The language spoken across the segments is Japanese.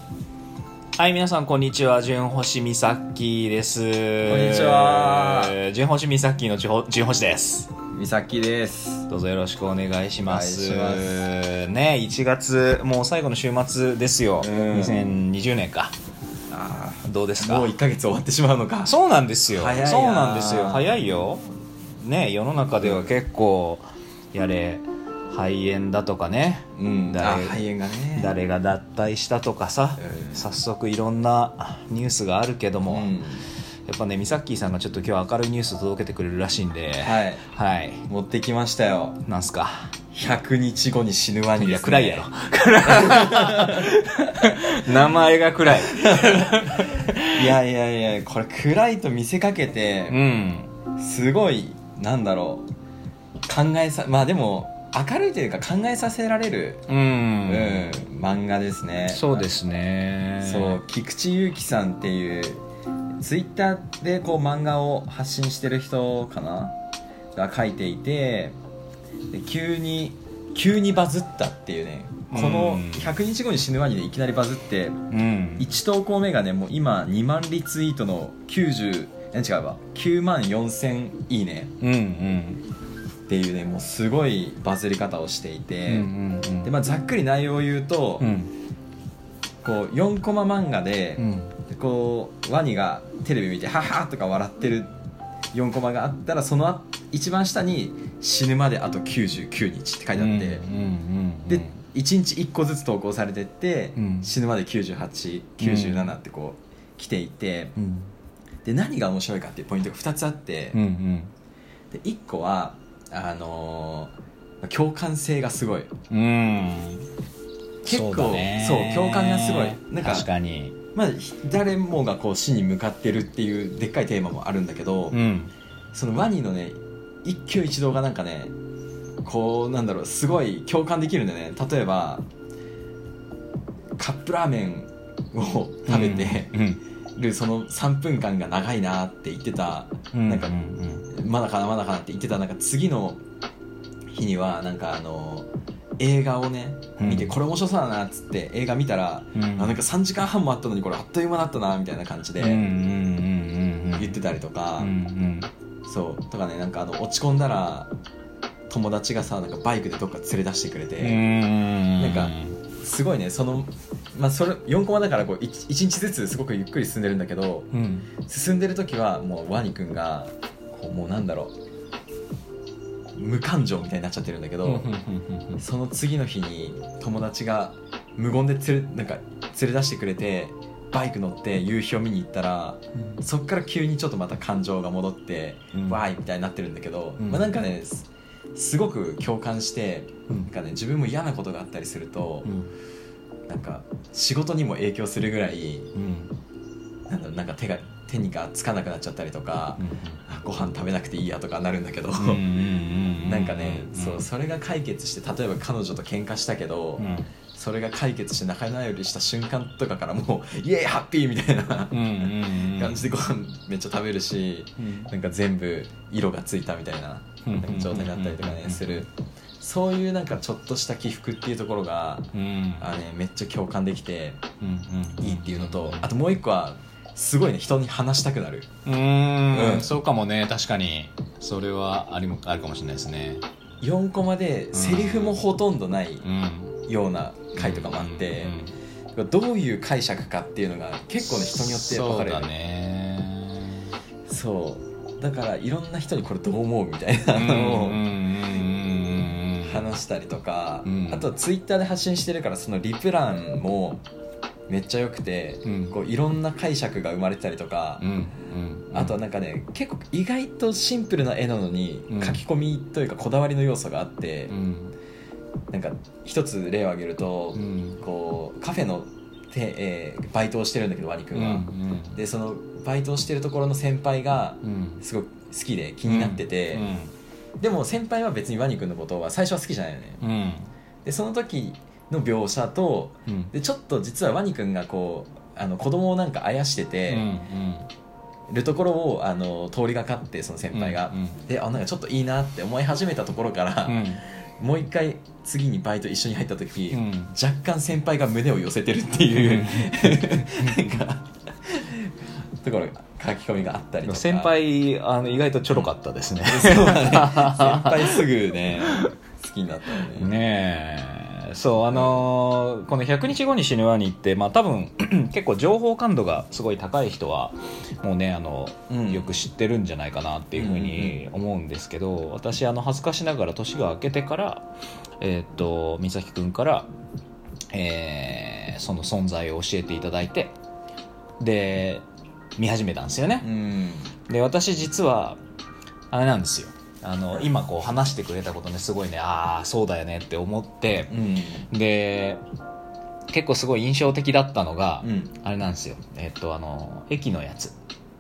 はい、皆さんこんにちは。純星美咲です。こんにちは。 純星美咲の純星です。 美咲です。 どうぞよろしくお願いします。 お願いしますね、1月もう最後の週末ですよ。2020年か。どうですか。 もう1ヶ月終わってしまうのか。 そうなんですよ。 早いな。 そうなんですよ。早いよ。ね、世の中では結構やれ肺炎だとかね、 肺炎がね、 誰が脱退したとかさ、早速いろんなニュースがあるけども、やっぱね、ミサッキーさんがちょっと今日明るいニュースを届けてくれるらしいんで、はい、 持ってきましたよ。 なんすか。 100日後に死ぬワニですね。 いや、暗いやろ。名前が暗い。 いや、これ暗いと見せかけて、すごいなんだろう、まあでも明るいというか考えさせられる漫画ですね。 そうですね。 そう、菊池悠希さんっていうツイッターでこう漫画を発信してる人かなが書いていて、で急にバズったっていうね、この100日後に死ぬワニでいきなりバズって、1投稿目がね、もう今2万リツイートの9万4000いいねっていうね、もうすごいバズり方をしていて、で、ざっくり内容を言うと、こう4コマ漫画で、こうワニがテレビ見てハッハッとか笑ってる4コマがあったら、その一番下に死ぬまであと99日って書いてあって、で1日1個ずつ投稿されてって、死ぬまで98、97ってこう来ていて、で何が面白いかっていうポイントが2つあって、で1個は共感性がすごい。結構そう共感がすごい。なんか確かに、 誰もがこう死に向かってるっていうでっかいテーマもあるんだけど、そのワニのね一挙一動がなんかね、こうなんだろう、すごい共感できるんだよね。例えばカップラーメンを食べてるその3分間が長いなって言ってた、なんかまだかなって言ってた、なんか次の日にはなんか映画をね見て、これ面白そうだなっつって映画見たら、なんか3時間半もあったのにこれあっという間だったなみたいな感じで言ってたりとか、そうとかね、なんか落ち込んだら友達がさ、なんかバイクでどっか連れ出してくれて、なんかすごいね、それ4コマだからこう 1日ずつすごくゆっくり進んでるんだけど、進んでる時はもうワニくんがこう、もうなんだろう、無感情みたいになっちゃってるんだけど、その次の日に友達が無言で連れ出してくれてバイク乗って夕日を見に行ったら、そっから急にちょっとまた感情が戻って、わーいみたいになってるんだけど、なんかねすごく共感して、なんかね、自分も嫌なことがあったりすると、なんか仕事にも影響するぐらい、なんか手につかなくなっちゃったりとか、ご飯食べなくていいやとかなるんだけど、なんかね、それが解決して、例えば彼女と喧嘩したけど、それが解決して仲直りした瞬間とかからもうイエーイハッピーみたいな感じでご飯めっちゃ食べるし、なんか全部色がついたみたいな状態になったりとかねする。そういうなんかちょっとした起伏っていうところが、めっちゃ共感できていいっていうのと、あともう一個はすごいね、人に話したくなる。 そうかもね。確かにそれはあるかもしれないですね。 4コマでセリフもほとんどないような回とかもあって、どういう解釈かっていうのが結構ね、人によって分かれる。 そうだね。 そうだからいろんな人にこれどう思うみたいなのを話したりとか、あとツイッターで発信してるから、そのリプランもめっちゃ良くて、こういろんな解釈が生まれてたりとか、あとはなんかね、結構意外とシンプルな絵なのに書き込みというかこだわりの要素があって、なんか一つ例を挙げると、こうカフェのバイトをしてるんだけどワニくんは、でそのバイトをしてるところの先輩がすごく好きで気になってて、でも先輩は別にワニくんのことは最初は好きじゃないよね。でその時の描写と、でちょっと実はワニくんがこう子供をなんかあやしてて、るところを通りがかって、その先輩が、でなんかちょっといいなって思い始めたところから、 もう一回次にバイト一緒に入った時、若干先輩が胸を寄せてるっていうなんかところ書き込みがあったりとか。 先輩意外とちょろかったですね、 そうだね、先輩すぐね好きになったよね。 ねえ、そうこの100日後に死ぬワニって、まあ、多分結構情報感度がすごい高い人はもうねよく知ってるんじゃないかなっていうふうに思うんですけど、私恥ずかしながら年が明けてから美咲くんから、その存在を教えていただいて、で見始めたんですよね、で私実はあれなんですよ、今こう話してくれたことねすごいね、ああそうだよねって思って、で結構すごい印象的だったのが、あれなんですよ、駅のやつ、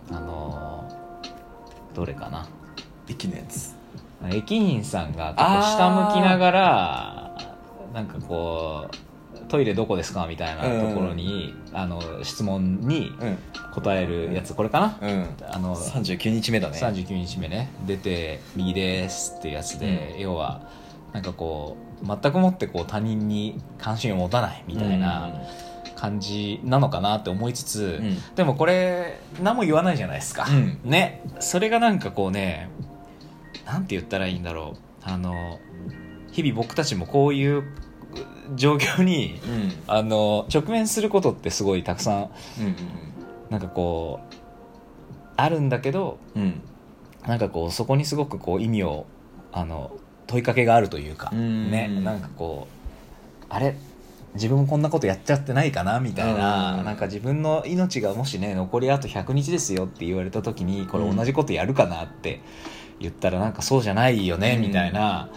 どれかな、 駅のやつ、 駅員さんが結構下向きながらなんかこうトイレどこですかみたいなところに、質問に答えるやつ、これかな、 39日目だね。 39日目ね、出て右ですっていうやつで、要はなんかこう全くもってこう他人に関心を持たないみたいな感じなのかなって思いつつ、でもこれ何も言わないじゃないですか、ね、それがなんかこうね、なんて言ったらいいんだろう、日々僕たちもこういう状況に、直面することってすごいたくさん、なんかこうあるんだけど、なんかこうそこにすごくこう意味を問いかけがあるというか、ね、なんかこうあれ自分もこんなことやっちゃってないかなみたいな、なんか自分の命がもしね残りあと100日ですよって言われた時にこれ同じことやるかなって言ったらなんかそうじゃないよねみたいな、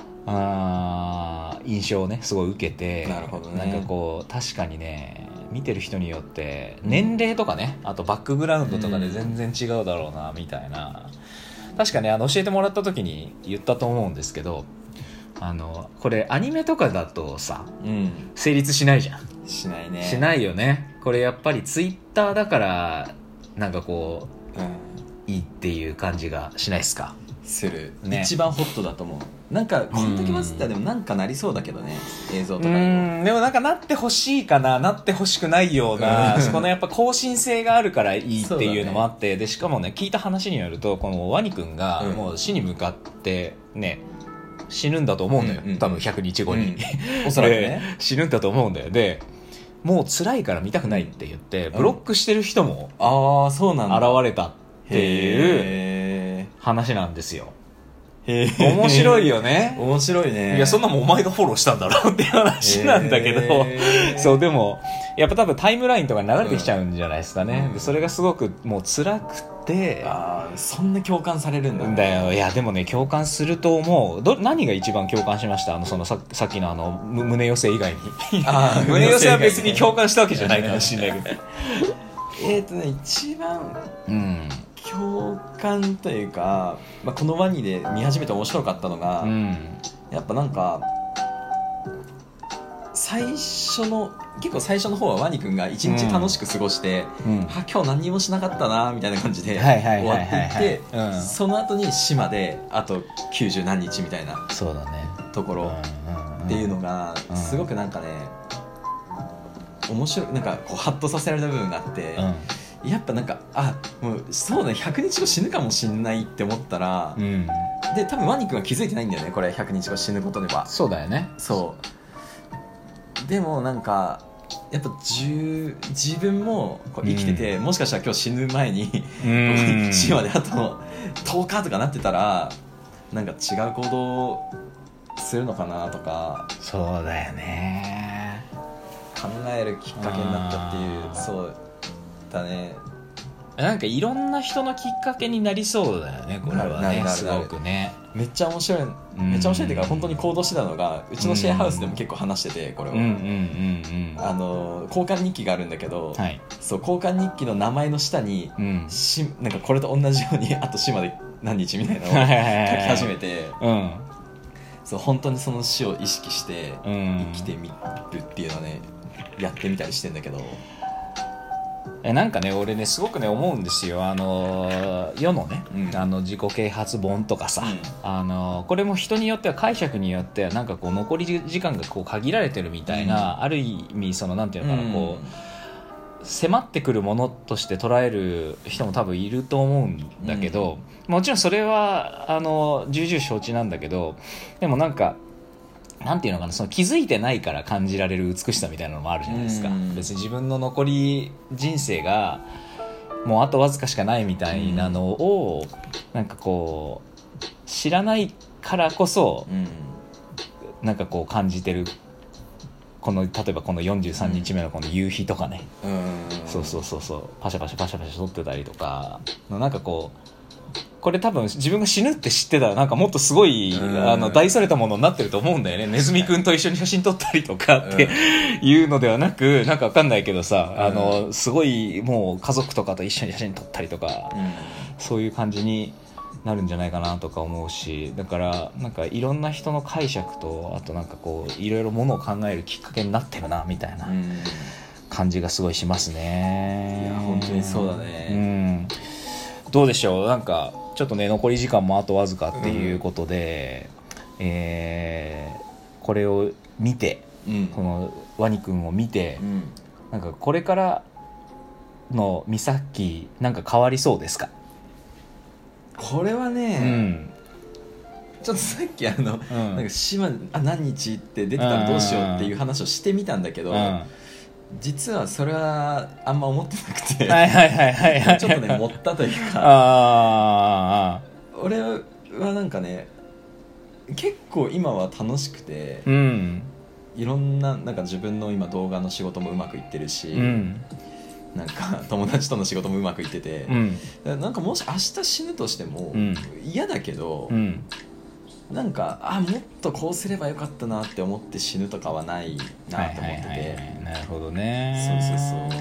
印象をねすごい受けて、 なるほどね、 なんかこう確かにね見てる人によって年齢とかね、あとバックグラウンドとかで全然違うだろうなみたいな、確かね教えてもらった時に言ったと思うんですけど、これアニメとかだとさ、成立しないじゃん。 しないね。 しないよね。これやっぱりツイッターだからなんかこう、いいっていう感じがしないですか。 する、 ね、 一番ホットだと思う。なんかこんだけバズったらでもなんかなりそうだけどね、映像とかにも。 でもなんかなってほしいかな、なってほしくないような、そこのやっぱ更新性があるからいいっていうのもあって、でしかもね聞いた話によるとこのワニ君がもう死に向かってね、死ぬんだと思うんだよ、多分100日後に、 おそらくね死ぬんだと思うんだよ。でもう辛いから見たくないって言ってブロックしてる人も現れたっていう話なんですよ。面白いよね。 面白いね。 いやそんなもんお前がフォローしたんだろうっていう話なんだけど、そうでもやっぱ多分タイムラインとかに流れてきちゃうんじゃないですかね、でそれがすごくもう辛くて、 そんな共感されるんだね。 だよ。いやでもね共感すると思う。何が一番共感しました？さっきの胸寄せ以外に胸寄せは別に共感したわけじゃないかもしれないけど一番共感というか、このワニで見始めて面白かったのが、やっぱなんか結構最初の方はワニ君が一日楽しく過ごして、今日何もしなかったなみたいな感じで終わっていって、その後に島であと90何日みたいなところっていうのがすごくなんかね面白い、なんかこうハッとさせられた部分があって、やっぱなんかもうそうだね100日後死ぬかもしんないって思ったら、で多分ワニ君は気づいてないんだよね、これ100日後死ぬことでは。 そうだよね。 そうでもなんかやっぱ自分もこう生きてて、もしかしたら今日死ぬ前に島であと10日とかなってたらなんか違う行動するのかなとか、 そうだよね、 考えるきっかけになったっていう。そうだね、 なんかいろんな人のきっかけになりそうだよねこれはね。すごくねめっちゃ面白いっていうか本当に行動してたのが、うちのシェアハウスでも結構話してて、これを交換日記があるんだけど、そう交換日記の名前の下に、なんかこれと同じようにあと島で何日みたいなのを書き始めて、そう本当にその死を意識して生きてみるっていうのはねやってみたりしてんだけど、 なんかね俺ねすごくね思うんですよ、世のね、自己啓発本とかさ、これも人によっては解釈によってはなんかこう残り時間がこう限られてるみたいな、ある意味そのなんていうのかな、こう迫ってくるものとして捉える人も多分いると思うんだけど、もちろんそれは重々承知なんだけど、でもなんかなんていうのかな、その気づいてないから感じられる美しさみたいなのもあるじゃないですか。別に自分の残り人生がもうあとわずかしかないみたいなのをなんかこう知らないからこそなんかこう感じてる、この例えばこの43日目のこの夕日とかね、そうパシャパシャ撮ってたりとか、なんかこうこれ多分自分が死ぬって知ってたらなんかもっとすごい大それたものになってると思うんだよね。ネズミくんと一緒に写真撮ったりとかっていうのではなく、なんかわかんないけどさ、すごいもう家族とかと一緒に写真撮ったりとか、そういう感じになるんじゃないかなとか思うし、だからなんかいろんな人の解釈と、あとなんかこういろいろものを考えるきっかけになってるなみたいな感じがすごいしますね。 いや本当にそうだね。 どうでしょう、なんかちょっとね残り時間もあとわずかっていうことで、これを見て、このワニくんを見て、なんかこれからのミサキなんか変わりそうですか？ これはね、ちょっとさっきなんか島何日って出てたらどうしようっていう話をしてみたんだけど、実はそれはあんま思ってなくてちょっとね持ったというか俺はなんかね結構今は楽しくて、いろんな、 なんか自分の今動画の仕事もうまくいってるし、なんか友達との仕事もうまくいってて、なんかもし明日死ぬとしても嫌だけど、なんかもっとこうすればよかったなって思って死ぬとかはないなと思ってて。 なるほどね。 そう